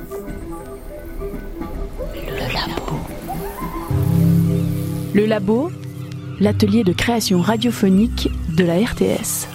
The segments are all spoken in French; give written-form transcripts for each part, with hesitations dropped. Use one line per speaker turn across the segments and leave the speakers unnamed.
Le labo.
Le labo, l'atelier de création radiophonique de la RTS.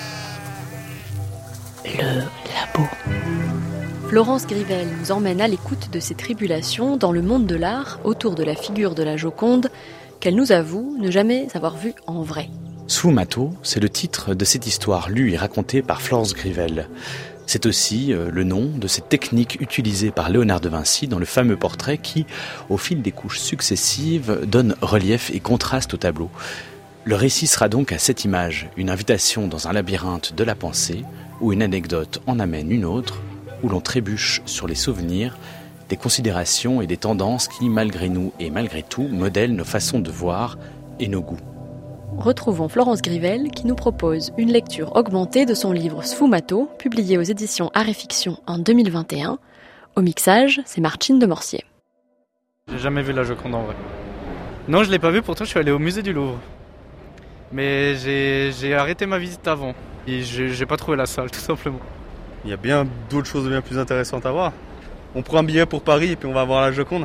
Le labo.
Florence Grivel nous emmène à l'écoute de ses tribulations dans le monde de l'art autour de la figure de la Joconde qu'elle nous avoue ne jamais avoir vue en vrai.
Sfumato, c'est le titre de cette histoire lue et racontée par Florence Grivel. C'est aussi le nom de cette technique utilisée par Léonard de Vinci dans le fameux portrait qui, au fil des couches successives, donne relief et contraste au tableau. Le récit sera donc à cette image, une invitation dans un labyrinthe de la pensée, où une anecdote en amène une autre, où l'on trébuche sur les souvenirs, des considérations et des tendances qui, malgré nous et malgré tout, modèlent nos façons de voir et nos goûts.
Retrouvons Florence Grivel qui nous propose une lecture augmentée de son livre Sfumato, publié aux éditions Art et Fiction en 2021. Au mixage, c'est Martine de Morsier.
J'ai jamais vu la Joconde en vrai. Non, je l'ai pas vue, pourtant je suis allé au musée du Louvre. Mais j'ai arrêté ma visite avant. Et j'ai pas trouvé la salle, tout simplement.
Il y a bien d'autres choses bien plus intéressantes à voir. On prend un billet pour Paris et puis on va voir la Joconde.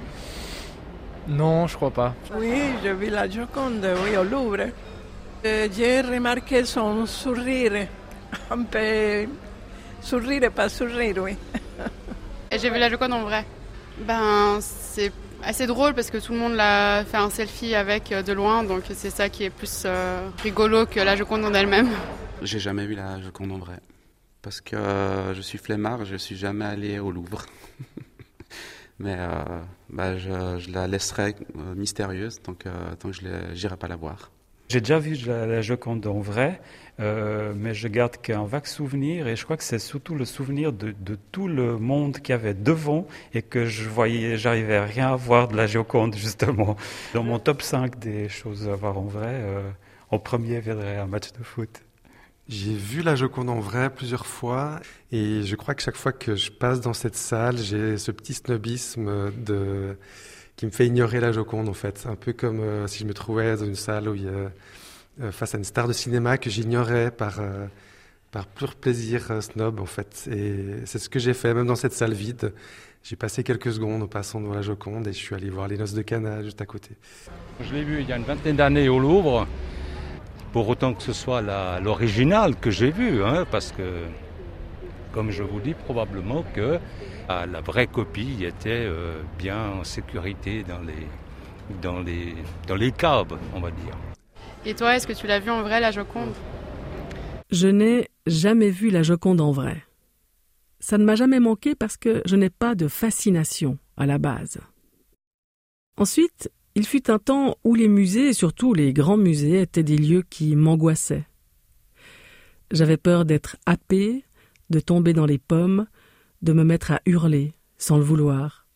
Non, je crois pas.
Oui, j'ai vu la Joconde, oui, au Louvre. J'ai remarqué son sourire. Un peu sourire, pas sourire, oui.
Et j'ai vu la Joconde en vrai. C'est assez drôle parce que tout le monde l'a fait un selfie avec de loin, donc c'est ça qui est plus rigolo que la Joconde en elle-même.
J'ai jamais vu la Joconde en vrai. Parce que je suis flemmard, je suis jamais allé au Louvre. Mais je la laisserai mystérieuse tant que je n'irai pas la voir.
J'ai déjà vu la Joconde en vrai, mais je garde qu'un vague souvenir, et je crois que c'est surtout le souvenir de tout le monde qu'il y avait devant et que j'arrivais à rien à voir de la Joconde justement. Dans mon top 5 des choses à voir en vrai, en premier viendrait un match de foot.
J'ai vu la Joconde en vrai plusieurs fois et je crois que chaque fois que je passe dans cette salle, j'ai ce petit snobisme qui me fait ignorer la Joconde en fait. Un peu comme si je me trouvais dans une salle où il y a, face à une star de cinéma que j'ignorais par pur plaisir snob en fait. Et c'est ce que j'ai fait même dans cette salle vide. J'ai passé quelques secondes en passant devant la Joconde et je suis allé voir les Noces de Cana juste à côté.
Je l'ai vu il y a une vingtaine d'années au Louvre. Pour autant que ce soit l'original que j'ai vu, parce que, comme je vous dis, probablement que la vraie copie était bien en sécurité dans les caves, on va dire.
Et toi, est-ce que tu l'as vu en vrai, la Joconde ?
Je n'ai jamais vu la Joconde en vrai. Ça ne m'a jamais manqué parce que je n'ai pas de fascination à la base. Ensuite, il fut un temps où les musées, et surtout les grands musées, étaient des lieux qui m'angoissaient. J'avais peur d'être happée, de tomber dans les pommes, de me mettre à hurler, sans le vouloir.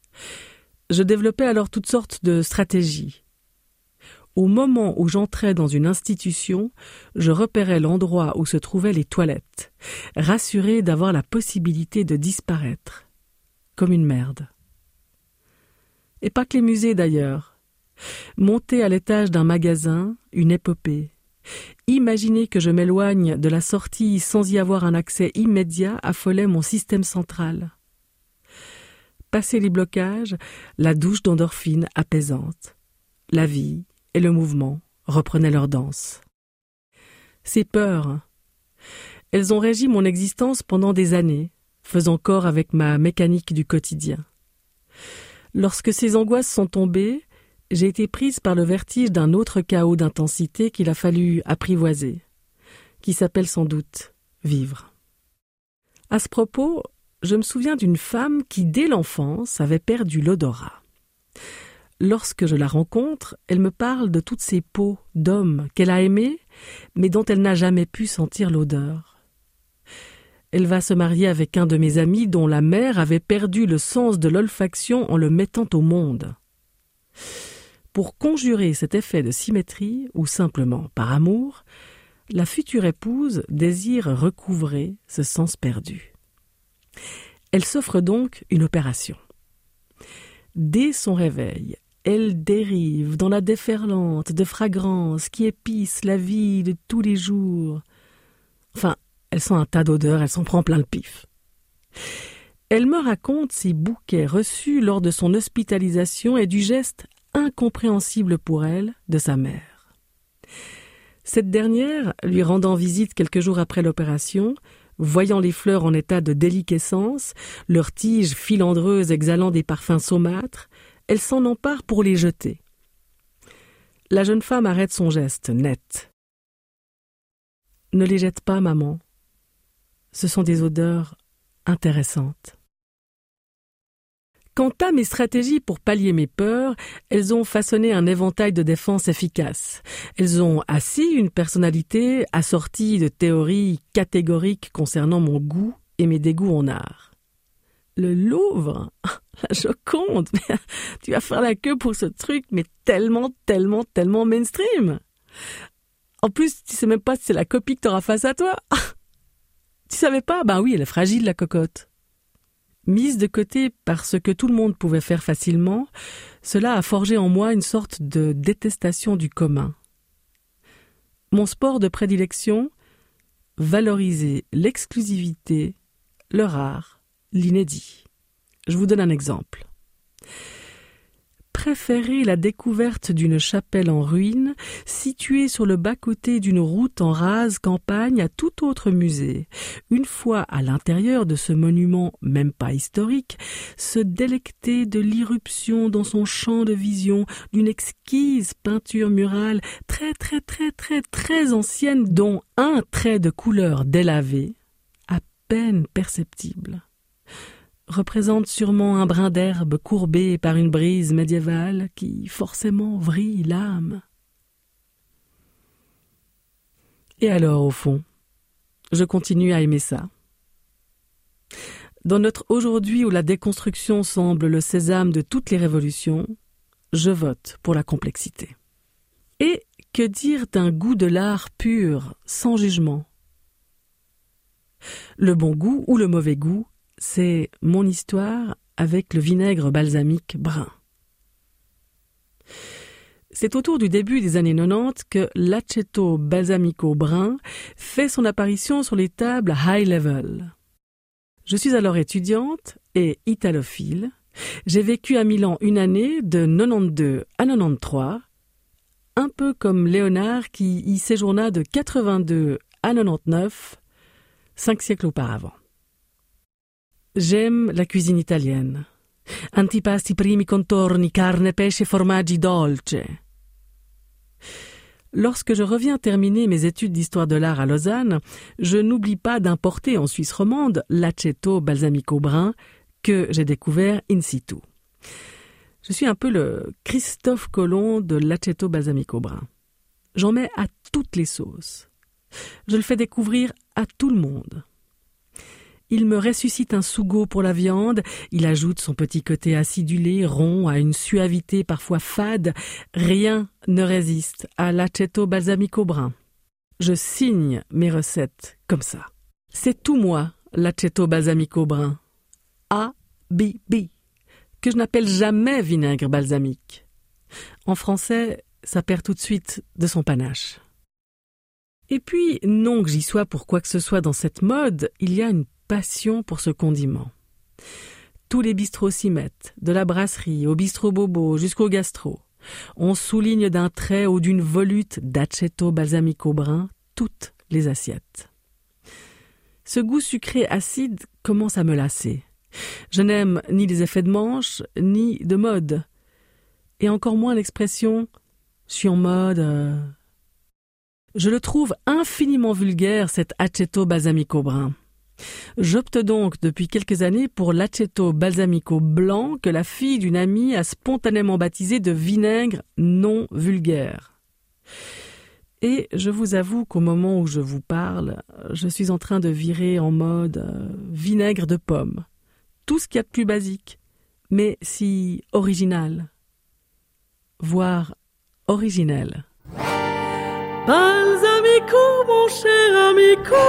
Je développais alors toutes sortes de stratégies. Au moment où j'entrais dans une institution, je repérais l'endroit où se trouvaient les toilettes, rassurée d'avoir la possibilité de disparaître, comme une merde. Et pas que les musées d'ailleurs. Monter à l'étage d'un magasin, une épopée. Imaginer que je m'éloigne de la sortie sans y avoir un accès immédiat affolait mon système central. Passer les blocages, la douche d'endorphine apaisante. La vie et le mouvement reprenaient leur danse. Ces peurs, elles ont régi mon existence pendant des années, faisant corps avec ma mécanique du quotidien. Lorsque ces angoisses sont tombées, j'ai été prise par le vertige d'un autre chaos d'intensité qu'il a fallu apprivoiser, qui s'appelle sans doute vivre. À ce propos, je me souviens d'une femme qui, dès l'enfance, avait perdu l'odorat. Lorsque je la rencontre, elle me parle de toutes ces peaux d'hommes qu'elle a aimées, mais dont elle n'a jamais pu sentir l'odeur. Elle va se marier avec un de mes amis dont la mère avait perdu le sens de l'olfaction en le mettant au monde. Pour conjurer cet effet de symétrie, ou simplement par amour, la future épouse désire recouvrer ce sens perdu. Elle s'offre donc une opération. Dès son réveil, elle dérive dans la déferlante de fragrances qui épicent la vie de tous les jours. Enfin, elle sent un tas d'odeurs, elle s'en prend plein le pif. Elle me raconte ses bouquets reçus lors de son hospitalisation et du geste incompréhensible pour elle de sa mère. Cette dernière, lui rendant visite quelques jours après l'opération, voyant les fleurs en état de déliquescence, leurs tiges filandreuses exhalant des parfums saumâtres, elle s'en empare pour les jeter. La jeune femme arrête son geste, net. « Ne les jette pas, maman. Ce sont des odeurs intéressantes. » Quant à mes stratégies pour pallier mes peurs, elles ont façonné un éventail de défense efficace. Elles ont assis une personnalité assortie de théories catégoriques concernant mon goût et mes dégoûts en art. Le Louvre, la Joconde, tu vas faire la queue pour ce truc, mais tellement mainstream. En plus, tu sais même pas si c'est la copie que t'auras face à toi. Tu savais pas? Ben oui, elle est fragile, la cocotte. Mise de côté par ce que tout le monde pouvait faire facilement, cela a forgé en moi une sorte de détestation du commun. Mon sport de prédilection, valoriser l'exclusivité, le rare, l'inédit. Je vous donne un exemple. Préférer la découverte d'une chapelle en ruine située sur le bas-côté d'une route en rase campagne à tout autre musée. Une fois à l'intérieur de ce monument, même pas historique, se délecter de l'irruption dans son champ de vision d'une exquise peinture murale très ancienne dont un trait de couleur délavé, à peine perceptible, représente sûrement un brin d'herbe courbé par une brise médiévale qui forcément vrille l'âme. Et alors, au fond, je continue à aimer ça. Dans notre aujourd'hui où la déconstruction semble le sésame de toutes les révolutions, je vote pour la complexité. Et que dire d'un goût de l'art pur, sans jugement? Le bon goût ou le mauvais goût, c'est mon histoire avec le vinaigre balsamique brun. C'est autour du début des années 90 que l'aceto balsamico brun fait son apparition sur les tables high level. Je suis alors étudiante et italophile. J'ai vécu à Milan une année de 92 à 93, un peu comme Léonard qui y séjourna de 82 à 99, 5 siècles auparavant. J'aime la cuisine italienne. Antipasti, primi contorni, carne, pesce, formaggi dolce. Lorsque je reviens terminer mes études d'histoire de l'art à Lausanne, je n'oublie pas d'importer en Suisse romande l'aceto balsamico brun que j'ai découvert in situ. Je suis un peu le Christophe Colomb de l'aceto balsamico brun. J'en mets à toutes les sauces. Je le fais découvrir à tout le monde. Il me ressuscite un sougo pour la viande, il ajoute son petit côté acidulé, rond, à une suavité parfois fade. Rien ne résiste à l'aceto balsamico brun. Je signe mes recettes comme ça. C'est tout moi, l'aceto balsamico brun. A-B-B, que je n'appelle jamais vinaigre balsamique. En français, ça perd tout de suite de son panache. Et puis, non que j'y sois pour quoi que ce soit dans cette mode, il y a une passion pour ce condiment. Tous les bistrots s'y mettent, de la brasserie au bistrot bobo jusqu'au gastro. On souligne d'un trait ou d'une volute d'aceto balsamico brun toutes les assiettes. Ce goût sucré acide commence à me lasser. Je n'aime ni les effets de manche, ni de mode. Et encore moins l'expression « je suis en mode ». Je le trouve infiniment vulgaire, cet aceto balsamico brun. J'opte donc depuis quelques années pour l'aceto balsamico blanc que la fille d'une amie a spontanément baptisé de vinaigre non vulgaire. Et je vous avoue qu'au moment où je vous parle, je suis en train de virer en mode vinaigre de pomme. Tout ce qu'il y a de plus basique, mais si original, voire originel.
Balsamico, mon cher amico,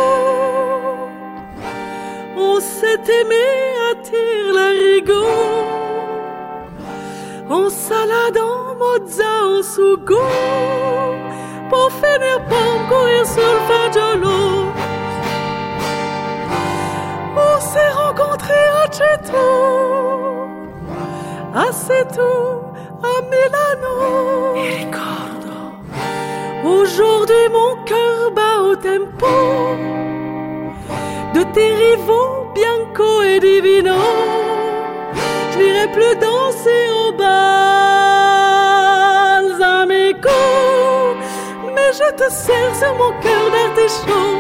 on s'est aimé à tire-larigot, en salade, en mozza, en sugo, pour finir par courir sur le fagiolo. On s'est rencontrés à caro tempo, de tes rivaux bianco et divino, je n'irai plus danser au balsamico, mais je te serre sur mon cœur d'artichaut.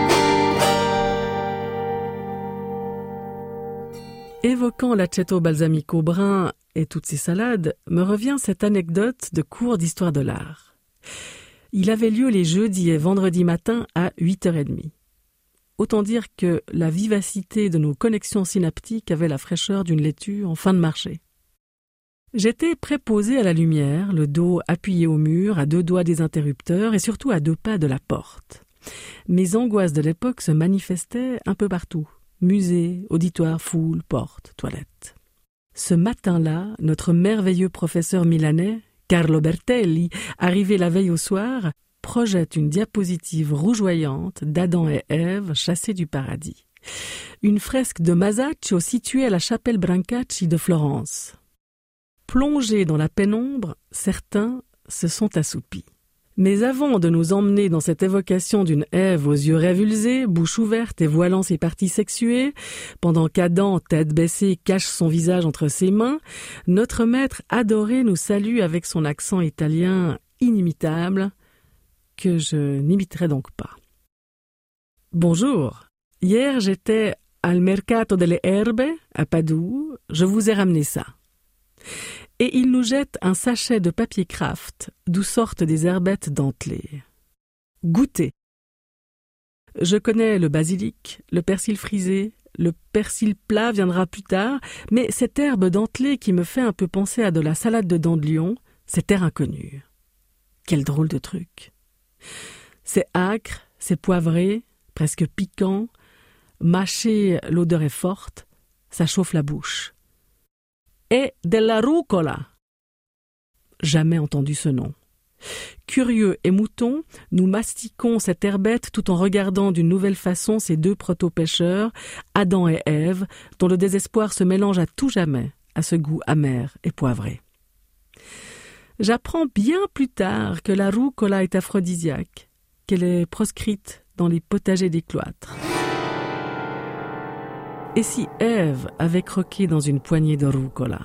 Évoquant l'aceto balsamico brun et toutes ses salades, me revient cette anecdote de cours d'histoire de l'art. Il avait lieu les jeudis et vendredis matins à 8h30. Autant dire que la vivacité de nos connexions synaptiques avait la fraîcheur d'une laitue en fin de marché. J'étais préposé à la lumière, le dos appuyé au mur, à 2 doigts des interrupteurs et surtout à 2 pas de la porte. Mes angoisses de l'époque se manifestaient un peu partout. Musée, auditoire, foule, porte, toilette. Ce matin-là, notre merveilleux professeur milanais, Carlo Bertelli, arrivé la veille au soir, projette une diapositive rougeoyante d'Adam et Ève chassés du paradis. Une fresque de Masaccio située à la chapelle Brancacci de Florence. Plongés dans la pénombre, certains se sont assoupis. Mais avant de nous emmener dans cette évocation d'une Ève aux yeux révulsés, bouche ouverte et voilant ses parties sexuées, pendant qu'Adam, tête baissée, cache son visage entre ses mains, notre maître adoré nous salue avec son accent italien inimitable, que je n'imiterai donc pas. Bonjour, hier j'étais al Mercato delle Erbe, à Padoue, je vous ai ramené ça. Et il nous jette un sachet de papier craft, d'où sortent des herbettes dentelées. Goûtez. Je connais le basilic, le persil frisé, le persil plat viendra plus tard, mais cette herbe dentelée qui me fait un peu penser à de la salade de dents de lion, c'est terre inconnue. Quel drôle de truc. C'est âcre, c'est poivré, presque piquant, mâché, l'odeur est forte, ça chauffe la bouche. Et della rucola. Jamais entendu ce nom. Curieux et moutons, nous mastiquons cette herbette tout en regardant d'une nouvelle façon ces 2 proto-pêcheurs, Adam et Ève, dont le désespoir se mélange à tout jamais à ce goût amer et poivré. J'apprends bien plus tard que la rucola est aphrodisiaque, qu'elle est proscrite dans les potagers des cloîtres. Et si Ève avait croqué dans une poignée de rucola?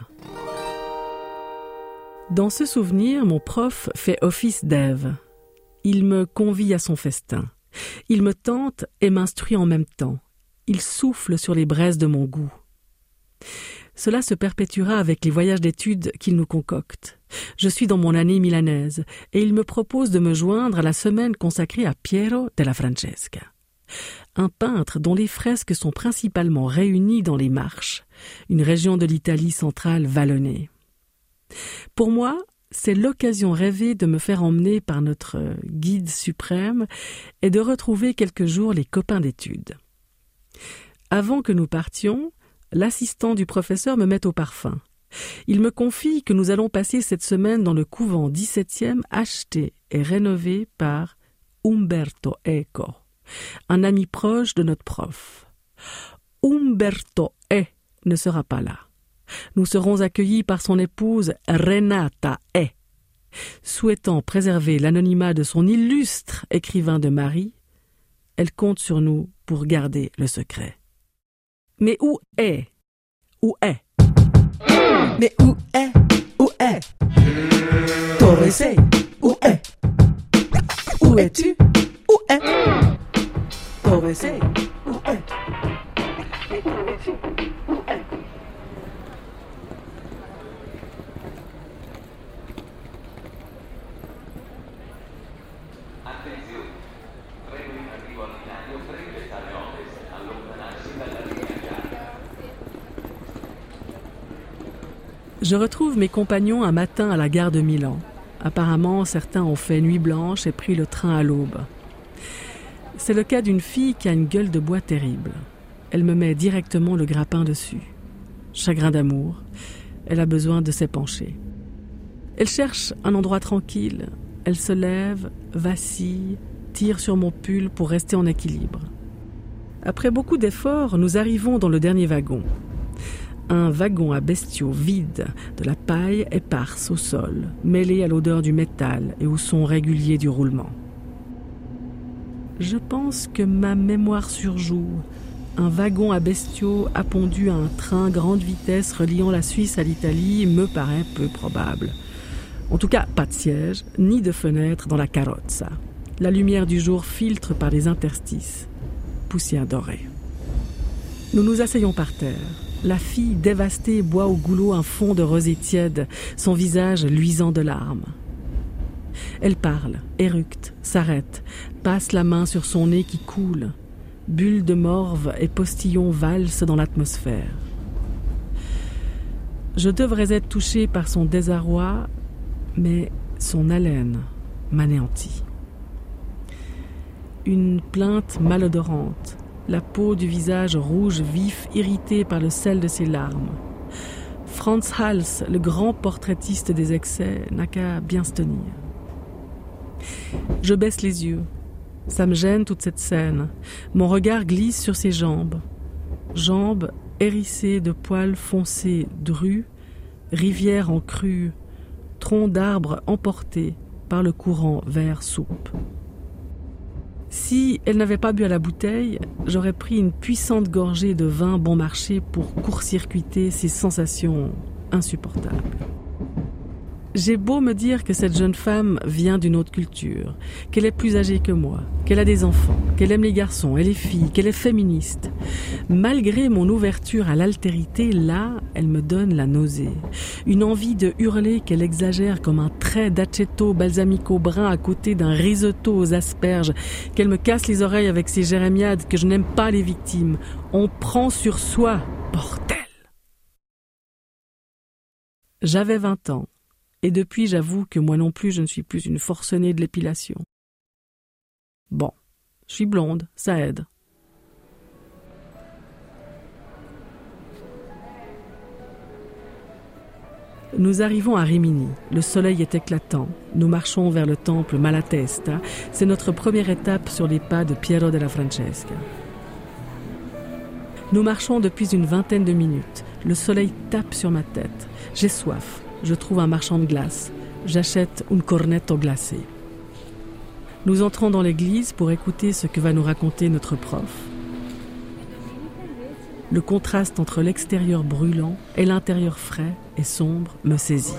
Dans ce souvenir, mon prof fait office d'Ève. Il me convie à son festin. Il me tente et m'instruit en même temps. Il souffle sur les braises de mon goût. Cela se perpétuera avec les voyages d'études qu'il nous concocte. Je suis dans mon année milanaise et il me propose de me joindre à la semaine consacrée à Piero della Francesca. Un peintre dont les fresques sont principalement réunies dans les Marches, une région de l'Italie centrale vallonnée. Pour moi, c'est l'occasion rêvée de me faire emmener par notre guide suprême et de retrouver quelques jours les copains d'études. Avant que nous partions, l'assistant du professeur me met au parfum. Il me confie que nous allons passer cette semaine dans le couvent 17e acheté et rénové par Umberto Eco, un ami proche de notre prof. Umberto E ne sera pas là. Nous serons accueillis par son épouse Renata E. Souhaitant préserver l'anonymat de son illustre écrivain de mari, elle compte sur nous pour garder le secret. Mais où est? Où est?
Mais où est? Où est? Dove sei? Où est? Où es-tu? Où est? Dove sei? Où est?
Je retrouve mes compagnons un matin à la gare de Milan. Apparemment, certains ont fait nuit blanche et pris le train à l'aube. C'est le cas d'une fille qui a une gueule de bois terrible. Elle me met directement le grappin dessus. Chagrin d'amour, elle a besoin de s'épancher. Elle cherche un endroit tranquille. Elle se lève, vacille, tire sur mon pull pour rester en équilibre. Après beaucoup d'efforts, nous arrivons dans le dernier wagon. Un wagon à bestiaux vide, de la paille éparse au sol, mêlée à l'odeur du métal et au son régulier du roulement. Je pense que ma mémoire surjoue. Un wagon à bestiaux appondu à un train grande vitesse reliant la Suisse à l'Italie me paraît peu probable. En tout cas, pas de siège, ni de fenêtre dans la carrozza. La lumière du jour filtre par les interstices. Poussière dorée. Nous nous asseyons par terre. La fille dévastée boit au goulot un fond de rosée tiède, son visage luisant de larmes. Elle parle, éructe, s'arrête, passe la main sur son nez qui coule. Bulles de morve et postillons valsent dans l'atmosphère. Je devrais être touchée par son désarroi, mais son haleine m'anéantit. Une plainte malodorante, la peau du visage rouge vif irritée par le sel de ses larmes. Franz Hals, le grand portraitiste des excès, n'a qu'à bien se tenir. Je baisse les yeux. Ça me gêne toute cette scène. Mon regard glisse sur ses jambes. Jambes hérissées de poils foncés drus, rivière en crue, tronc d'arbre emporté par le courant vert soupe. Si elle n'avait pas bu à la bouteille, j'aurais pris une puissante gorgée de vin bon marché pour court-circuiter ces sensations insupportables. J'ai beau me dire que cette jeune femme vient d'une autre culture, qu'elle est plus âgée que moi, qu'elle a des enfants, qu'elle aime les garçons et les filles, qu'elle est féministe. Malgré mon ouverture à l'altérité, là, elle me donne la nausée. Une envie de hurler qu'elle exagère comme un trait d'aceto balsamico brun à côté d'un risotto aux asperges, qu'elle me casse les oreilles avec ses jérémiades, que je n'aime pas les victimes. On prend sur soi, bordel! J'avais 20 ans. Et depuis, j'avoue que moi non plus, je ne suis plus une forcenée de l'épilation. Bon, je suis blonde, ça aide. Nous arrivons à Rimini. Le soleil est éclatant. Nous marchons vers le temple Malatesta. C'est notre première étape sur les pas de Piero della Francesca. Nous marchons depuis une vingtaine de minutes. Le soleil tape sur ma tête. J'ai soif. Je trouve un marchand de glace. J'achète un cornetto glacé. Nous entrons dans l'église pour écouter ce que va nous raconter notre prof. Le contraste entre l'extérieur brûlant et l'intérieur frais et sombre me saisit.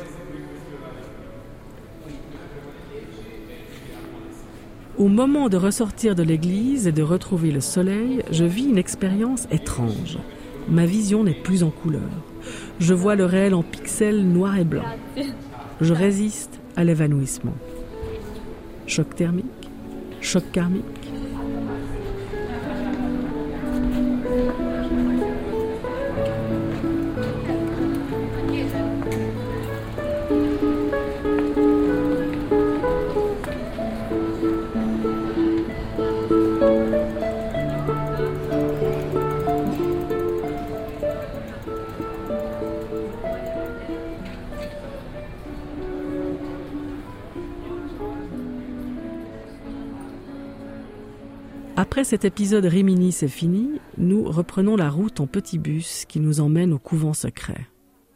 Au moment de ressortir de l'église et de retrouver le soleil, je vis une expérience étrange. Ma vision n'est plus en couleur. Je vois le réel en pixels noirs et blancs. Je résiste à l'évanouissement. Choc thermique, choc karmique. Après cet épisode Rimini, c'est fini, nous reprenons la route en petit bus qui nous emmène au couvent secret.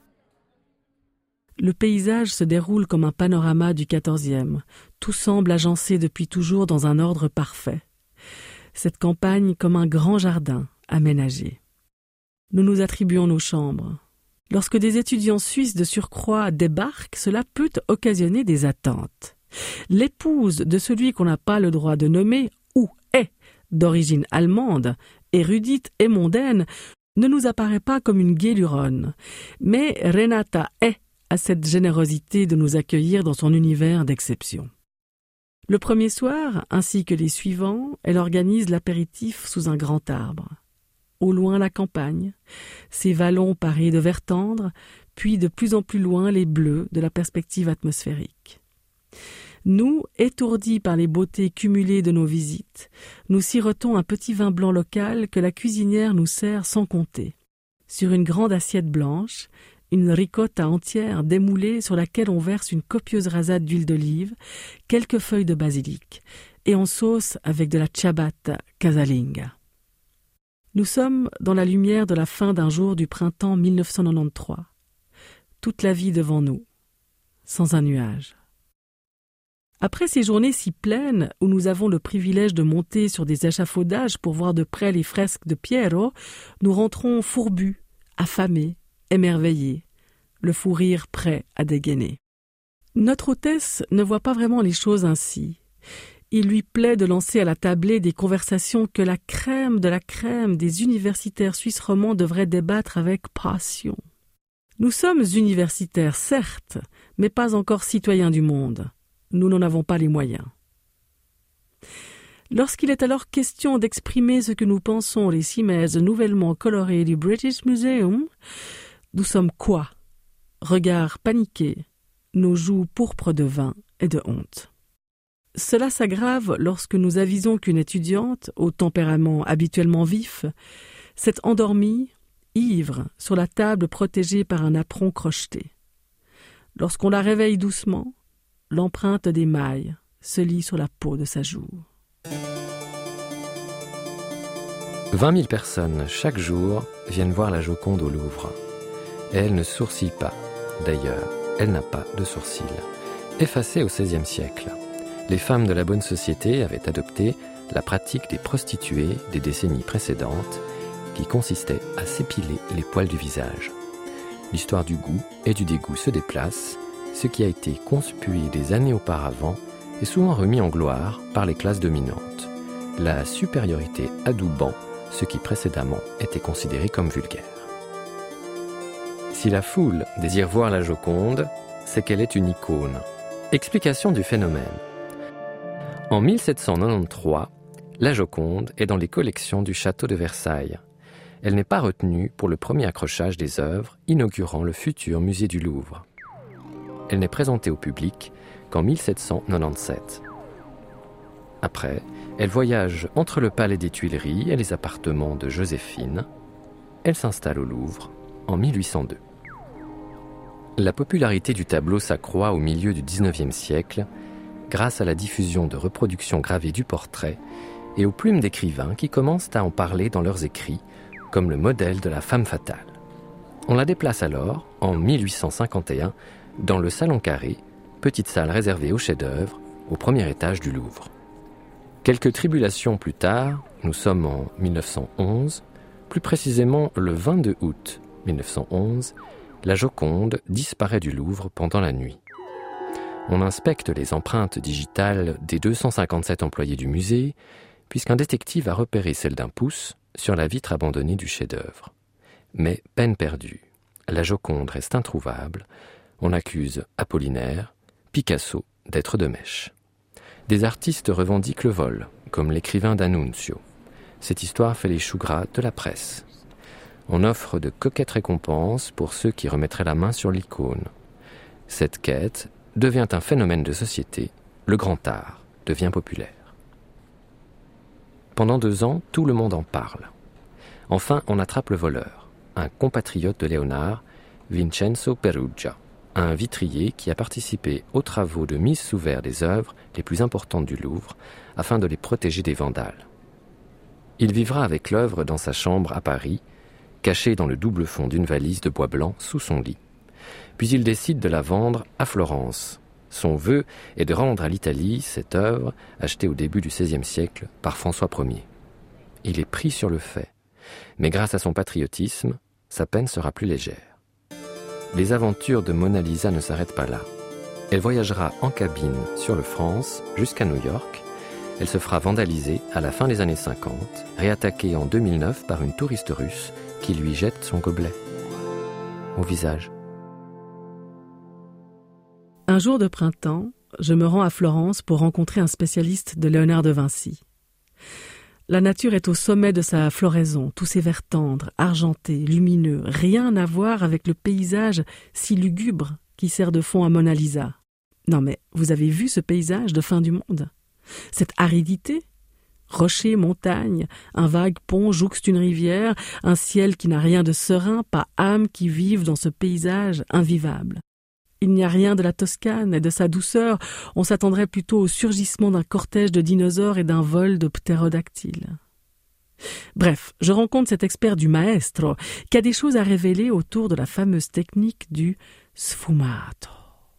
Le paysage se déroule comme un panorama du XIVe. Tout semble agencé depuis toujours dans un ordre parfait. Cette campagne comme un grand jardin aménagé. Nous nous attribuons nos chambres. Lorsque des étudiants suisses de surcroît débarquent, cela peut occasionner des attentes. L'épouse de celui qu'on n'a pas le droit de nommer ou est d'origine allemande, érudite et mondaine, ne nous apparaît pas comme une guéluronne. Mais Renata a cette générosité de nous accueillir dans son univers d'exception. Le premier soir, ainsi que les suivants, elle organise l'apéritif sous un grand arbre. Au loin la campagne, ses vallons parés de vert tendre, puis de plus en plus loin les bleus de la perspective atmosphérique. Nous, étourdis par les beautés cumulées de nos visites, nous sirotons un petit vin blanc local que la cuisinière nous sert sans compter. Sur une grande assiette blanche, une ricotta entière démoulée sur laquelle on verse une copieuse rasade d'huile d'olive, quelques feuilles de basilic, et en sauce avec de la ciabatta casalinga. Nous sommes dans la lumière de la fin d'un jour du printemps 1993. Toute la vie devant nous, sans un nuage. Après ces journées si pleines où nous avons le privilège de monter sur des échafaudages pour voir de près les fresques de Piero, nous rentrons fourbus, affamés, émerveillés, le fou rire prêt à dégainer. Notre hôtesse ne voit pas vraiment les choses ainsi. Il lui plaît de lancer à la tablée des conversations que la crème de la crème des universitaires suisses romands devrait débattre avec passion. Nous sommes universitaires, certes, mais pas encore citoyens du monde. Nous n'en avons pas les moyens. Lorsqu'il est alors question d'exprimer ce que nous pensons les cimaises nouvellement colorées du British Museum, nous sommes quoi? Regards paniqués, nos joues pourpres de vin et de honte. Cela s'aggrave lorsque nous avisons qu'une étudiante, au tempérament habituellement vif, s'est endormie, ivre, sur la table protégée par un apron crocheté. Lorsqu'on la réveille doucement, l'empreinte des mailles se lit sur la peau de sa joue.
20 000 personnes chaque jour viennent voir la Joconde au Louvre. Et elle ne sourcille pas. D'ailleurs, elle n'a pas de sourcils. Effacée au XVIe siècle, les femmes de la bonne société avaient adopté la pratique des prostituées des décennies précédentes, qui consistait à s'épiler les poils du visage. L'histoire du goût et du dégoût se déplace. Ce qui a été conspué des années auparavant est souvent remis en gloire par les classes dominantes, la supériorité adoubant ce qui précédemment était considéré comme vulgaire. Si la foule désire voir la Joconde, c'est qu'elle est une icône. Explication du phénomène. En 1793, la Joconde est dans les collections du château de Versailles. Elle n'est pas retenue pour le premier accrochage des œuvres inaugurant le futur musée du Louvre. Elle n'est présentée au public qu'en 1797. Après, elle voyage entre le palais des Tuileries et les appartements de Joséphine. Elle s'installe au Louvre en 1802. La popularité du tableau s'accroît au milieu du XIXe siècle grâce à la diffusion de reproductions gravées du portrait et aux plumes d'écrivains qui commencent à en parler dans leurs écrits comme le modèle de la femme fatale. On la déplace alors, en 1851, dans le Salon Carré, petite salle réservée aux chefs-d'œuvre, au premier étage du Louvre. Quelques tribulations plus tard, nous sommes en 1911, plus précisément le 22 août 1911, la Joconde disparaît du Louvre pendant la nuit. On inspecte les empreintes digitales des 257 employés du musée, puisqu'un détective a repéré celle d'un pouce sur la vitre abandonnée du chef-d'œuvre. Mais peine perdue, la Joconde reste introuvable. On accuse Apollinaire, Picasso d'être de mèche. Des artistes revendiquent le vol, comme l'écrivain d'Annunzio. Cette histoire fait les choux gras de la presse. On offre de coquettes récompenses pour ceux qui remettraient la main sur l'icône. Cette quête devient un phénomène de société. Le grand art devient populaire. Pendant 2 ans, tout le monde en parle. Enfin, on attrape le voleur, un compatriote de Léonard, Vincenzo Perugia, un vitrier qui a participé aux travaux de mise sous verre des œuvres les plus importantes du Louvre afin de les protéger des vandales. Il vivra avec l'œuvre dans sa chambre à Paris, cachée dans le double fond d'une valise de bois blanc sous son lit. Puis il décide de la vendre à Florence. Son vœu est de rendre à l'Italie cette œuvre achetée au début du XVIe siècle par François Ier. Il est pris sur le fait, mais grâce à son patriotisme, sa peine sera plus légère. Les aventures de Mona Lisa ne s'arrêtent pas là. Elle voyagera en cabine sur le France jusqu'à New York. Elle se fera vandaliser à la fin des années 50, réattaquée en 2009 par une touriste russe qui lui jette son gobelet au visage.
Un jour de printemps, je me rends à Florence pour rencontrer un spécialiste de Léonard de Vinci. La nature est au sommet de sa floraison, tous ses verts tendres, argentés, lumineux, rien à voir avec le paysage si lugubre qui sert de fond à Mona Lisa. Non mais, vous avez vu ce paysage de fin du monde? Cette aridité? Rochers, montagnes, un vague pont jouxte une rivière, un ciel qui n'a rien de serein, pas âme qui vive dans ce paysage invivable. Il n'y a rien de la Toscane et de sa douceur, on s'attendrait plutôt au surgissement d'un cortège de dinosaures et d'un vol de ptérodactyles. Bref, je rencontre cet expert du maestro qui a des choses à révéler autour de la fameuse technique du sfumato.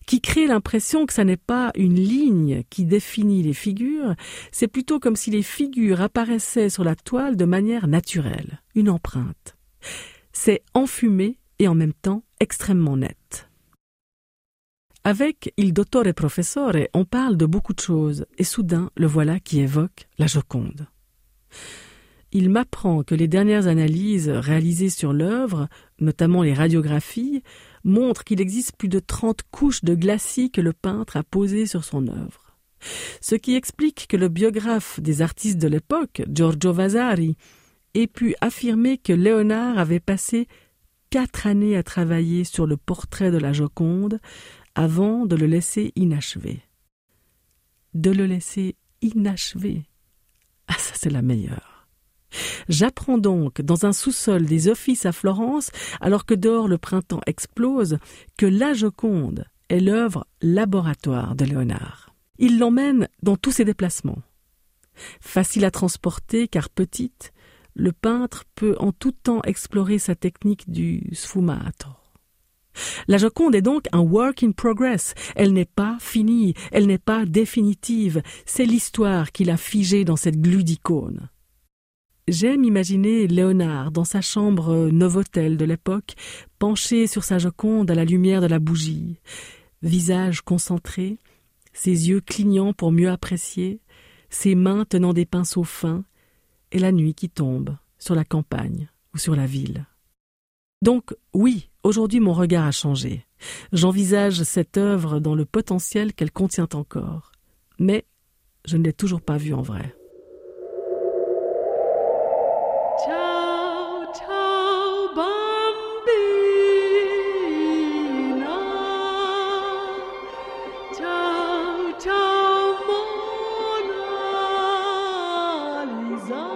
qui crée l'impression que ça n'est pas une ligne qui définit les figures, c'est plutôt comme si les figures apparaissaient sur la toile de manière naturelle, une empreinte. C'est enfumé et en même temps extrêmement net. Avec Il Dottore Professore, on parle de beaucoup de choses, et soudain, le voilà qui évoque la Joconde. Il m'apprend que les dernières analyses réalisées sur l'œuvre, notamment les radiographies, montrent qu'il existe plus de 30 couches de glacis que le peintre a posées sur son œuvre. Ce qui explique que le biographe des artistes de l'époque, Giorgio Vasari, ait pu affirmer que Léonard avait passé 4 années à travailler sur le portrait de la Joconde avant de le laisser inachevé. De le laisser inachevé. Ah, ça c'est la meilleure. J'apprends donc, dans un sous-sol des offices à Florence, alors que dehors le printemps explose, que la Joconde est l'œuvre laboratoire de Léonard. Il l'emmène dans tous ses déplacements. Facile à transporter car petite, le peintre peut en tout temps explorer sa technique du sfumato. La Joconde est donc un work in progress. Elle n'est pas finie, elle n'est pas définitive. C'est l'histoire qui l'a figée dans cette glu d'icônes. J'aime imaginer Léonard dans sa chambre Novotel de l'époque, penché sur sa Joconde à la lumière de la bougie, visage concentré, ses yeux clignant pour mieux apprécier, ses mains tenant des pinceaux fins, et la nuit qui tombe sur la campagne ou sur la ville. Donc oui, aujourd'hui mon regard a changé. J'envisage cette œuvre dans le potentiel qu'elle contient encore, mais je ne l'ai toujours pas vue en vrai.
Ciao, ciao, bambina. Ciao, ciao, Mona Lisa.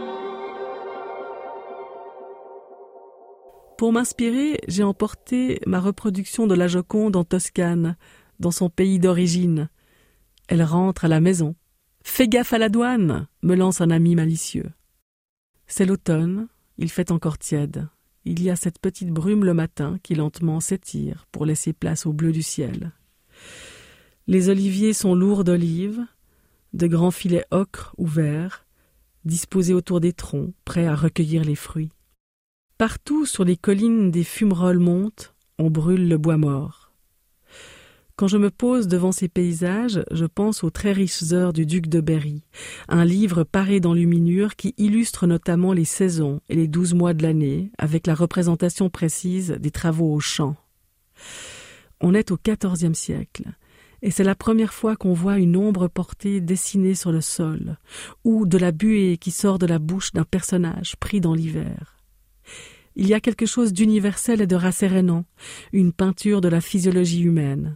Pour m'inspirer, j'ai emporté ma reproduction de la Joconde en Toscane, dans son pays d'origine. Elle rentre à la maison. « Fais gaffe à la douane !» me lance un ami malicieux. C'est l'automne, il fait encore tiède. Il y a cette petite brume le matin qui lentement s'étire pour laisser place au bleu du ciel. Les oliviers sont lourds d'olives, de grands filets ocre ou verts, disposés autour des troncs, prêts à recueillir les fruits. Partout sur les collines des fumerolles montent, on brûle le bois mort. Quand je me pose devant ces paysages, je pense aux très riches heures du duc de Berry, un livre paré d'enluminure qui illustre notamment les saisons et les 12 mois de l'année, avec la représentation précise des travaux au champ. On est au XIVe siècle, et c'est la première fois qu'on voit une ombre portée dessinée sur le sol, ou de la buée qui sort de la bouche d'un personnage pris dans l'hiver. Il y a quelque chose d'universel et de rassérénant, une peinture de la physiologie humaine.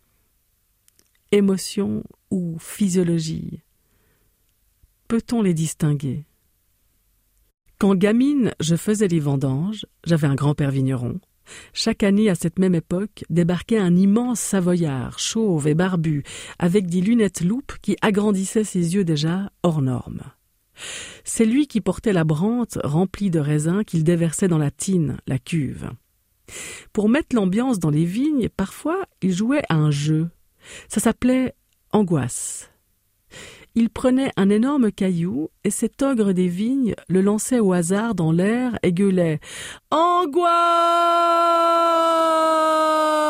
Émotion ou physiologie, peut-on les distinguer? Quand gamine, je faisais les vendanges, j'avais un grand-père vigneron. Chaque année, à cette même époque, débarquait un immense savoyard, chauve et barbu, avec des lunettes loupes qui agrandissaient ses yeux déjà hors normes. C'est lui qui portait la brante remplie de raisins qu'il déversait dans la tine, la cuve. Pour mettre l'ambiance dans les vignes, parfois, il jouait à un jeu. Ça s'appelait « Angoisse ». Il prenait un énorme caillou et cet ogre des vignes le lançait au hasard dans l'air et gueulait « Angoisse !»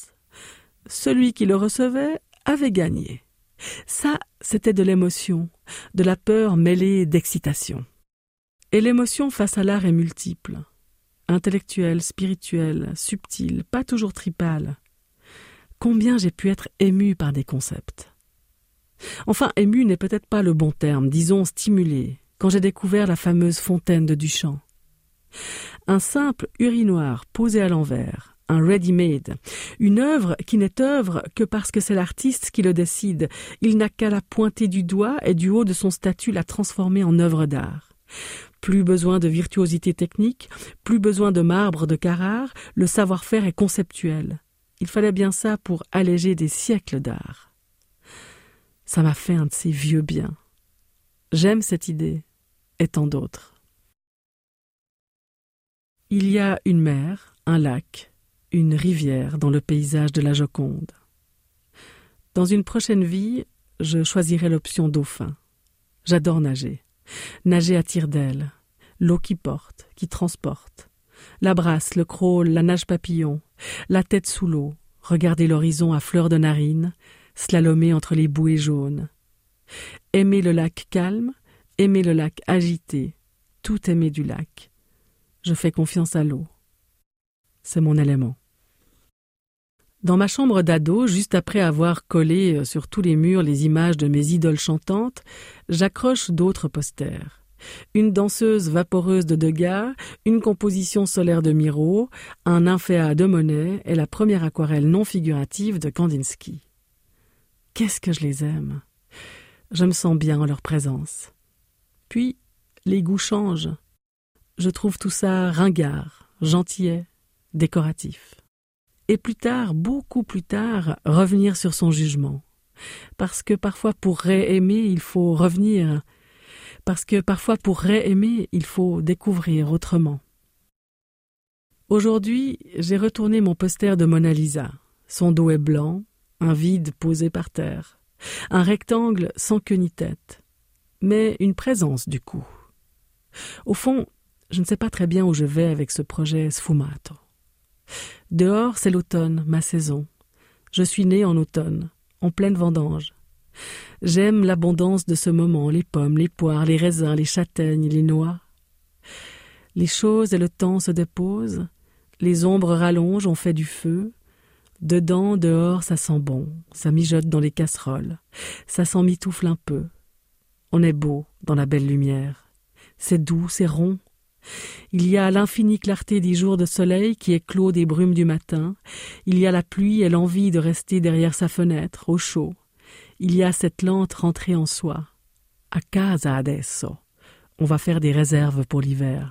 Celui qui le recevait avait gagné. Ça, c'était de l'émotion, de la peur mêlée d'excitation. Et l'émotion face à l'art est multiple. Intellectuelle, spirituelle, subtile, pas toujours tripale. Combien j'ai pu être ému par des concepts. Enfin, ému n'est peut-être pas le bon terme, disons stimulé, quand j'ai découvert la fameuse fontaine de Duchamp. Un simple urinoir posé à l'envers, un ready-made, une œuvre qui n'est œuvre que parce que c'est l'artiste qui le décide. Il n'a qu'à la pointer du doigt et du haut de son statut la transformer en œuvre d'art. Plus besoin de virtuosité technique, plus besoin de marbre de Carrare, le savoir-faire est conceptuel. Il fallait bien ça pour alléger des siècles d'art. Ça m'a fait un de ces vieux biens. J'aime cette idée, et tant d'autres. Il y a une mer, un lac, une rivière dans le paysage de la Joconde. Dans une prochaine vie, je choisirai l'option dauphin. J'adore nager. Nager à tire-d'aile, l'eau qui porte, qui transporte. La brasse, le crawl, la nage papillon, la tête sous l'eau, regarder l'horizon à fleur de narine, slalomer entre les bouées jaunes. Aimer le lac calme, aimer le lac agité, tout aimer du lac. Je fais confiance à l'eau. C'est mon élément. Dans ma chambre d'ado, juste après avoir collé sur tous les murs les images de mes idoles chantantes, j'accroche d'autres posters. Une danseuse vaporeuse de Degas, une composition solaire de Miro, un nymphéa de Monet et la première aquarelle non figurative de Kandinsky. Qu'est-ce que je les aime! Je me sens bien en leur présence. Puis, les goûts changent. Je trouve tout ça ringard, gentillet, décoratif. Et plus tard, beaucoup plus tard, revenir sur son jugement. Parce que parfois pour réaimer, il faut revenir. Parce que parfois pour réaimer, il faut découvrir autrement. Aujourd'hui, j'ai retourné mon poster de Mona Lisa. Son dos est blanc, un vide posé par terre. Un rectangle sans queue ni tête. Mais une présence du coup. Au fond, je ne sais pas très bien où je vais avec ce projet Sfumato. Dehors, c'est l'automne, ma saison. Je suis née en automne, en pleine vendange. J'aime l'abondance de ce moment, les pommes, les poires, les raisins, les châtaignes, les noix. Les choses et le temps se déposent, les ombres rallongent, on fait du feu. Dedans, dehors, ça sent bon, ça mijote dans les casseroles, ça s'en mitoufle un peu. On est beau dans la belle lumière. C'est doux, c'est rond. Il y a l'infinie clarté des jours de soleil qui éclot des brumes du matin. Il y a la pluie et l'envie de rester derrière sa fenêtre, au chaud. Il y a cette lente rentrée en soi. A casa adesso. On va faire des réserves pour l'hiver.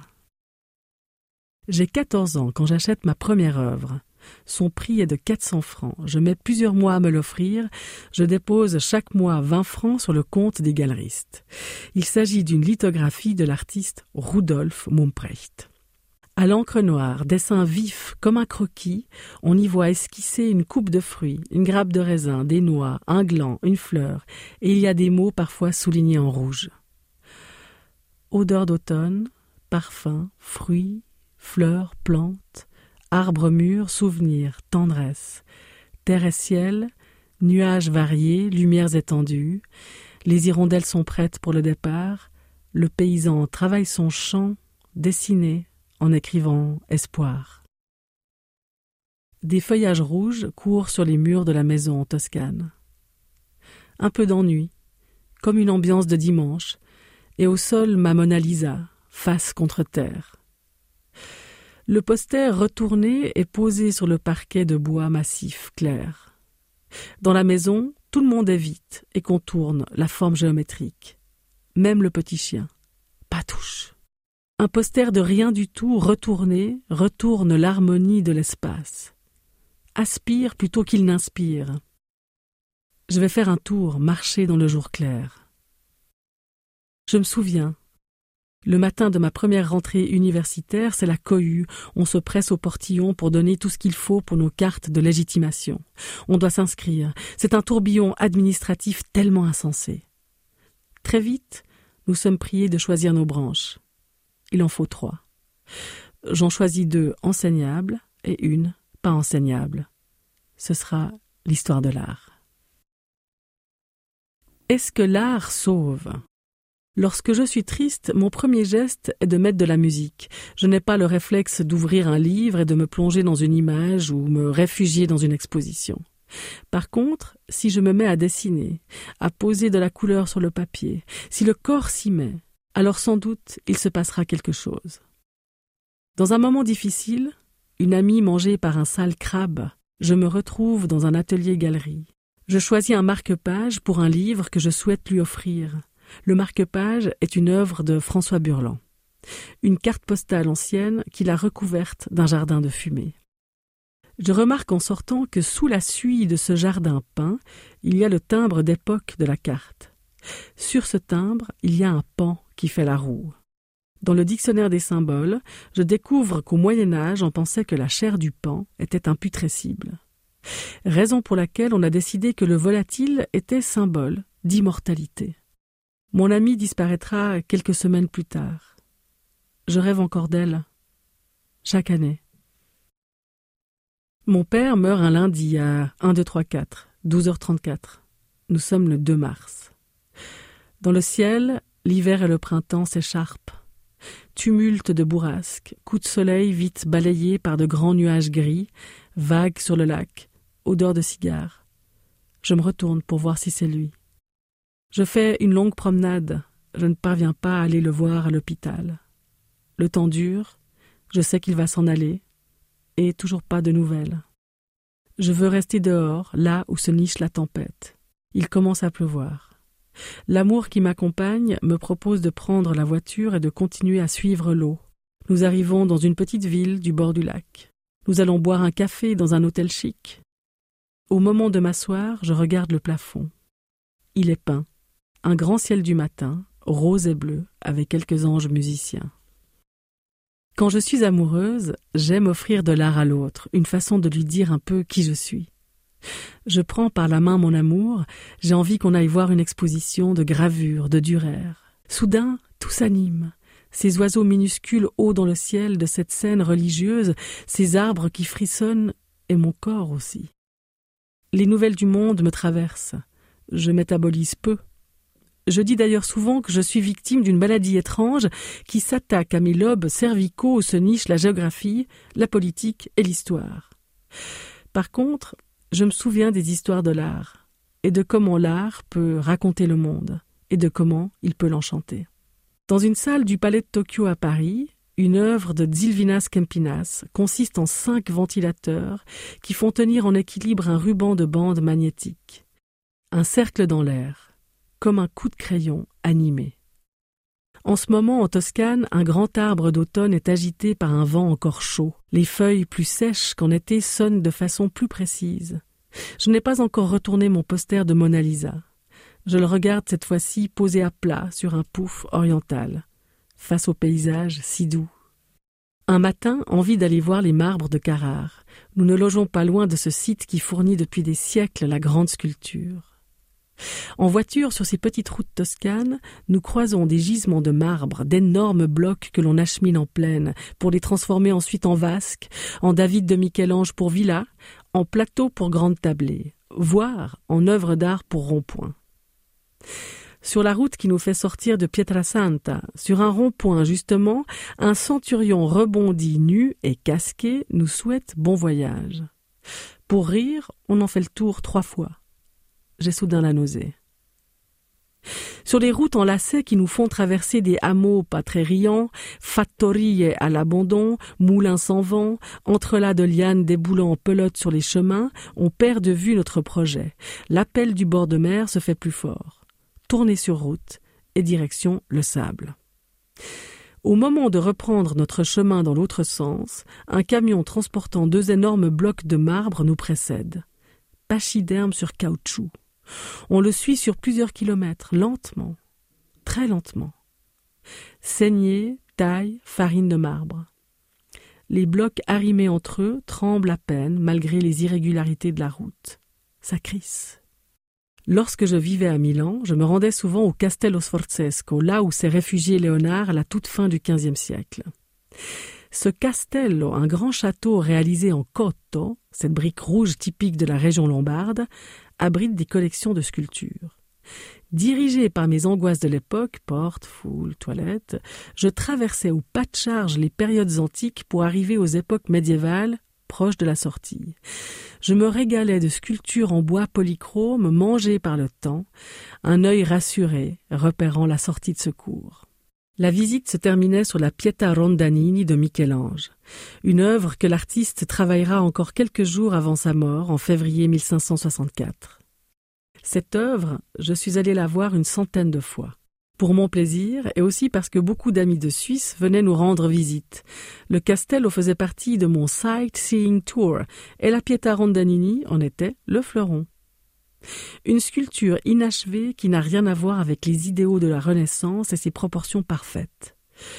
J'ai 14 ans quand j'achète ma première œuvre. Son prix est de 400 francs. Je mets plusieurs mois à me l'offrir. Je dépose chaque mois 20 francs sur le compte des galeristes. Il s'agit d'une lithographie de l'artiste Rudolf Mumprecht. À l'encre noire, dessin vif comme un croquis, on y voit esquisser une coupe de fruits, une grappe de raisin, des noix, un gland, une fleur, et il y a des mots parfois soulignés en rouge. Odeur d'automne, parfum, fruits, fleurs, plantes, arbres mûrs, souvenirs, tendresse, terre et ciel, nuages variés, lumières étendues, les hirondelles sont prêtes pour le départ, le paysan travaille son champ, dessiné, en écrivant « espoir ». Des feuillages rouges courent sur les murs de la maison en Toscane. Un peu d'ennui, comme une ambiance de dimanche, et au sol ma Mona Lisa, face contre terre. Le poster retourné est posé sur le parquet de bois massif clair. Dans la maison, tout le monde évite et contourne la forme géométrique. Même le petit chien. Pas touche. Un poster de rien du tout retourné retourne l'harmonie de l'espace. Aspire plutôt qu'il n'inspire. Je vais faire un tour, marcher dans le jour clair. Je me souviens. Le matin de ma première rentrée universitaire, c'est la cohue. On se presse au portillon pour donner tout ce qu'il faut pour nos cartes de légitimation. On doit s'inscrire. C'est un tourbillon administratif tellement insensé. Très vite, nous sommes priés de choisir nos branches. Il en faut 3. J'en choisis 2 enseignables et une pas enseignable. Ce sera l'histoire de l'art. Est-ce que l'art sauve ? Lorsque je suis triste, mon premier geste est de mettre de la musique. Je n'ai pas le réflexe d'ouvrir un livre et de me plonger dans une image ou me réfugier dans une exposition. Par contre, si je me mets à dessiner, à poser de la couleur sur le papier, si le corps s'y met, alors sans doute il se passera quelque chose. Dans un moment difficile, une amie mangée par un sale crabe, je me retrouve dans un atelier-galerie. Je choisis un marque-page pour un livre que je souhaite lui offrir. Le marque-page est une œuvre de François Burland, une carte postale ancienne qu'il a recouverte d'un jardin de fumée. Je remarque en sortant que sous la suie de ce jardin peint, il y a le timbre d'époque de la carte. Sur ce timbre, il y a un pan qui fait la roue. Dans le dictionnaire des symboles, je découvre qu'au Moyen-Âge, on pensait que la chair du paon était imputrescible. Raison pour laquelle on a décidé que le volatile était symbole d'immortalité. Mon amie disparaîtra quelques semaines plus tard. Je rêve encore d'elle, chaque année. Mon père meurt un lundi à 1, 2, 3, 4, 12h34. Nous sommes le 2 mars. Dans le ciel, l'hiver et le printemps s'écharpent. Tumulte de bourrasques, coups de soleil vite balayés par de grands nuages gris, vagues sur le lac, odeur de cigare. Je me retourne pour voir si c'est lui. Je fais une longue promenade. Je ne parviens pas à aller le voir à l'hôpital. Le temps dure, je sais qu'il va s'en aller, et toujours pas de nouvelles. Je veux rester dehors, là où se niche la tempête. Il commence à pleuvoir. L'amour qui m'accompagne me propose de prendre la voiture et de continuer à suivre l'eau. Nous arrivons dans une petite ville du bord du lac. Nous allons boire un café dans un hôtel chic. Au moment de m'asseoir, je regarde le plafond. Il est peint. Un grand ciel du matin, rose et bleu, avec quelques anges musiciens. Quand je suis amoureuse, j'aime offrir de l'art à l'autre, une façon de lui dire un peu qui je suis. Je prends par la main mon amour, j'ai envie qu'on aille voir une exposition de gravures, de Dürer. Soudain, tout s'anime. Ces oiseaux minuscules hauts dans le ciel de cette scène religieuse, ces arbres qui frissonnent, et mon corps aussi. Les nouvelles du monde me traversent. Je métabolise peu. Je dis d'ailleurs souvent que je suis victime d'une maladie étrange qui s'attaque à mes lobes cervicaux où se nichent la géographie, la politique et l'histoire. Par contre, je me souviens des histoires de l'art, et de comment l'art peut raconter le monde, et de comment il peut l'enchanter. Dans une salle du Palais de Tokyo à Paris, une œuvre de Zilvinas Kempinas consiste en 5 ventilateurs qui font tenir en équilibre un ruban de bande magnétique. Un cercle dans l'air, comme un coup de crayon animé. En ce moment, en Toscane, un grand arbre d'automne est agité par un vent encore chaud. Les feuilles plus sèches qu'en été sonnent de façon plus précise. Je n'ai pas encore retourné mon poster de Mona Lisa. Je le regarde cette fois-ci posé à plat sur un pouf oriental, face au paysage si doux. Un matin, envie d'aller voir les marbres de Carrare. Nous ne logeons pas loin de ce site qui fournit depuis des siècles la grande sculpture. En voiture, sur ces petites routes toscanes, nous croisons des gisements de marbre, d'énormes blocs que l'on achemine en plaine, pour les transformer ensuite en vasques, en David de Michel-Ange pour villa, en plateau pour grande tablée, voire en œuvre d'art pour rond-point. Sur la route qui nous fait sortir de Pietrasanta, sur un rond-point justement, un centurion rebondi nu et casqué nous souhaite bon voyage. Pour rire, on en fait le tour 3 fois. J'ai soudain la nausée. Sur les routes en lacets qui nous font traverser des hameaux pas très riants, fattorie à l'abandon, moulins sans vent, entrelacs de lianes déboulant en pelote sur les chemins, on perd de vue notre projet. L'appel du bord de mer se fait plus fort. Tourner sur route et direction le sable. Au moment de reprendre notre chemin dans l'autre sens, un camion transportant 2 énormes blocs de marbre nous précède. Pachyderme sur caoutchouc. On le suit sur plusieurs kilomètres, lentement, très lentement. Saignée, taille, farine de marbre. Les blocs arrimés entre eux tremblent à peine malgré les irrégularités de la route. Ça crisse. Lorsque je vivais à Milan, je me rendais souvent au Castello Sforzesco, là où s'est réfugié Léonard à la toute fin du XVe siècle. Ce castello, un grand château réalisé en cotto, cette brique rouge typique de la région lombarde, abrite des collections de sculptures. Dirigé par mes angoisses de l'époque, portes, foules, toilettes, je traversais au pas de charge les périodes antiques pour arriver aux époques médiévales, proches de la sortie. Je me régalais de sculptures en bois polychrome mangées par le temps, un œil rassuré, repérant la sortie de secours. La visite se terminait sur la Pietà Rondanini de Michel-Ange, une œuvre que l'artiste travaillera encore quelques jours avant sa mort, en février 1564. Cette œuvre, je suis allée la voir une centaine de fois. Pour mon plaisir, et aussi parce que beaucoup d'amis de Suisse venaient nous rendre visite. Le Castello faisait partie de mon sightseeing tour, et la Pietà Rondanini en était le fleuron. Une sculpture inachevée qui n'a rien à voir avec les idéaux de la Renaissance et ses proportions parfaites.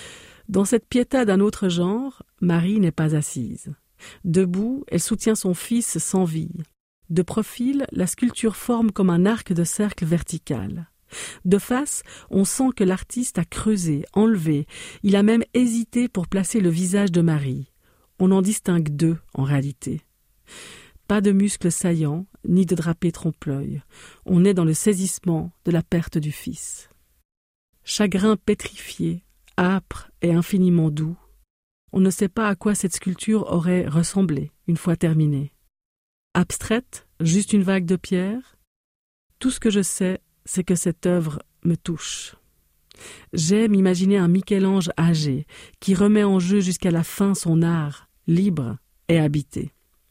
Dans cette piéta d'un autre genre, Marie n'est pas assise. Debout, elle soutient son fils sans vie. De profil, la sculpture forme comme un arc de cercle vertical. De face, on sent que l'artiste a creusé, enlevé. Il a même hésité pour placer le visage de Marie. On en distingue deux, en réalité. Pas de muscles saillants, ni de drapé trompe-l'œil. On est dans le saisissement de la perte du fils. Chagrin pétrifié, âpre et infiniment doux. On ne sait pas à quoi cette sculpture aurait ressemblé une fois terminée. Abstraite, juste une vague de pierre. Tout ce que je sais, c'est que cette œuvre me touche. J'aime imaginer un Michel-Ange âgé qui remet en jeu jusqu'à la fin son art, libre et habité.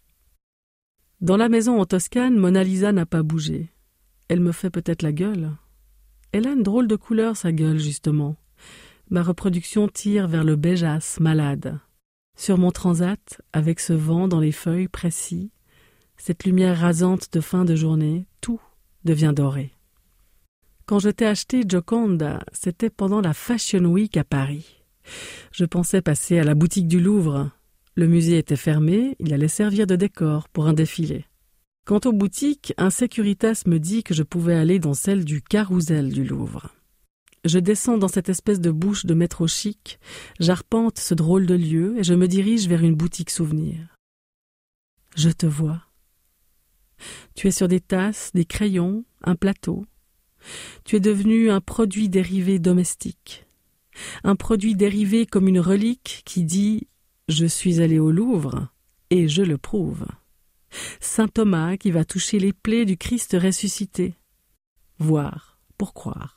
Dans la maison en Toscane, Mona Lisa n'a pas bougé. Elle me fait peut-être la gueule. Elle a une drôle de couleur, sa gueule, justement. Ma reproduction tire vers le beigeasse malade. Sur mon transat, avec ce vent dans les feuilles précis, cette lumière rasante de fin de journée, tout devient doré. Quand je t'ai acheté Gioconda, c'était pendant la Fashion Week à Paris. Je pensais passer à la boutique du Louvre. Le musée était fermé, il allait servir de décor pour un défilé. Quant aux boutiques, un sécuritas me dit que je pouvais aller dans celle du Carrousel du Louvre. Je descends dans cette espèce de bouche de métro chic, j'arpente ce drôle de lieu et je me dirige vers une boutique souvenir. Je te vois. Tu es sur des tasses, des crayons, un plateau. Tu es devenu un produit dérivé domestique. Un produit dérivé comme une relique qui dit « Je suis allé au Louvre et je le prouve ». Saint Thomas qui va toucher les plaies du Christ ressuscité. Voir pour croire.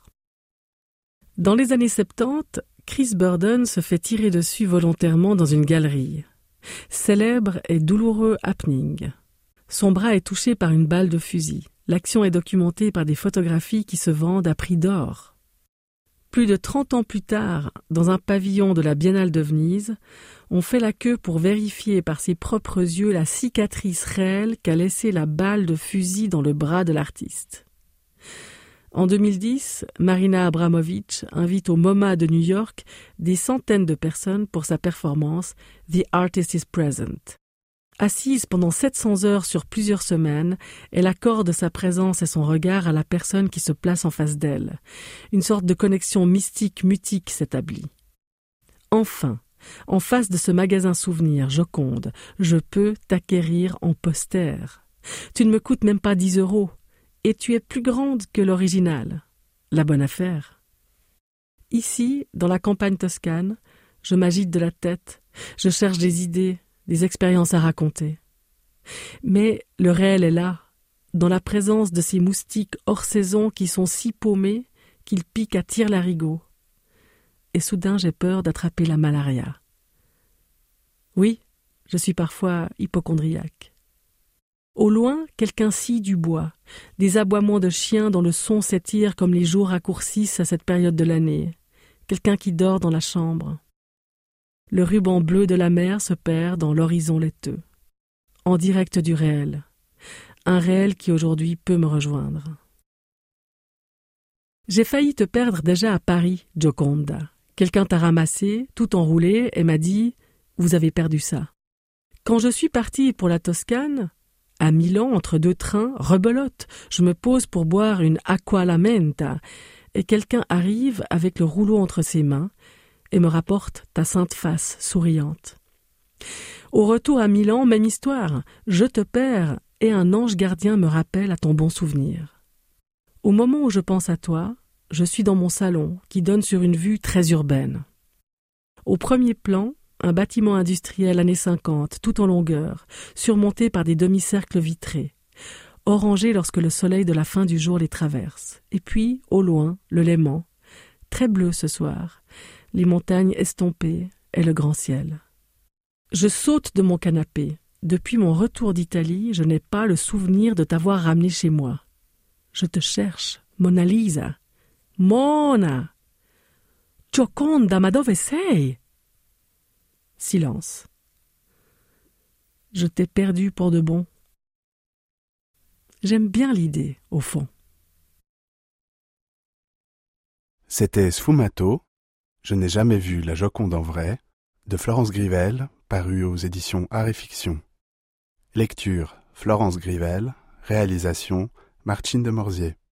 Dans les années 70, Chris Burden se fait tirer dessus volontairement dans une galerie. Célèbre et douloureux happening. Son bras est touché par une balle de fusil. L'action est documentée par des photographies qui se vendent à prix d'or. Plus de 30 ans plus tard, dans un pavillon de la Biennale de Venise, on fait la queue pour vérifier par ses propres yeux la cicatrice réelle qu'a laissée la balle de fusil dans le bras de l'artiste. En 2010, Marina Abramovic invite au MoMA de New York des centaines de personnes pour sa performance « The Artist is Present ». Assise pendant 700 heures sur plusieurs semaines, elle accorde sa présence et son regard à la personne qui se place en face d'elle. Une sorte de connexion mystique mutique s'établit. Enfin, en face de ce magasin souvenir Joconde, je peux t'acquérir en poster. Tu ne me coûtes même pas 10 €, et tu es plus grande que l'original. La bonne affaire. Ici, dans la campagne toscane, je m'agite de la tête, je cherche des idées, des expériences à raconter. Mais le réel est là, dans la présence de ces moustiques hors saison qui sont si paumés qu'ils piquent à tire-larigot. Et soudain j'ai peur d'attraper la malaria. Oui, je suis parfois hypocondriaque. Au loin, quelqu'un scie du bois, des aboiements de chiens dont le son s'étire comme les jours raccourcissent à cette période de l'année. Quelqu'un qui dort dans la chambre. Le ruban bleu de la mer se perd dans l'horizon laiteux. En direct du réel. Un réel qui aujourd'hui peut me rejoindre. J'ai failli te perdre déjà à Paris, Gioconda. Quelqu'un t'a ramassé, tout enroulé, et m'a dit « Vous avez perdu ça ». Quand je suis partie pour la Toscane, à Milan, entre deux trains, rebelote, je me pose pour boire une acqua alla menta, et quelqu'un arrive avec le rouleau entre ses mains, et me rapporte ta sainte face souriante. Au retour à Milan, même histoire, je te perds et un ange gardien me rappelle à ton bon souvenir. Au moment où je pense à toi, je suis dans mon salon qui donne sur une vue très urbaine. Au premier plan, un bâtiment industriel années 50, tout en longueur, surmonté par des demi-cercles vitrés, orangés lorsque le soleil de la fin du jour les traverse. Et puis, au loin, le Léman, très bleu ce soir, les montagnes estompées et le grand ciel. Je saute de mon canapé. Depuis mon retour d'Italie, je n'ai pas le souvenir de t'avoir ramené chez moi. Je te cherche, Mona Lisa. Mona! Gioconda, ma dove sei? Silence. Je t'ai perdu pour de bon. J'aime bien l'idée, au fond.
C'était Sfumato, Je n'ai jamais vu la Joconde en vrai, de Florence Grivel, paru aux éditions Art et Fiction. Lecture Florence Grivel, réalisation Martine de Morzier.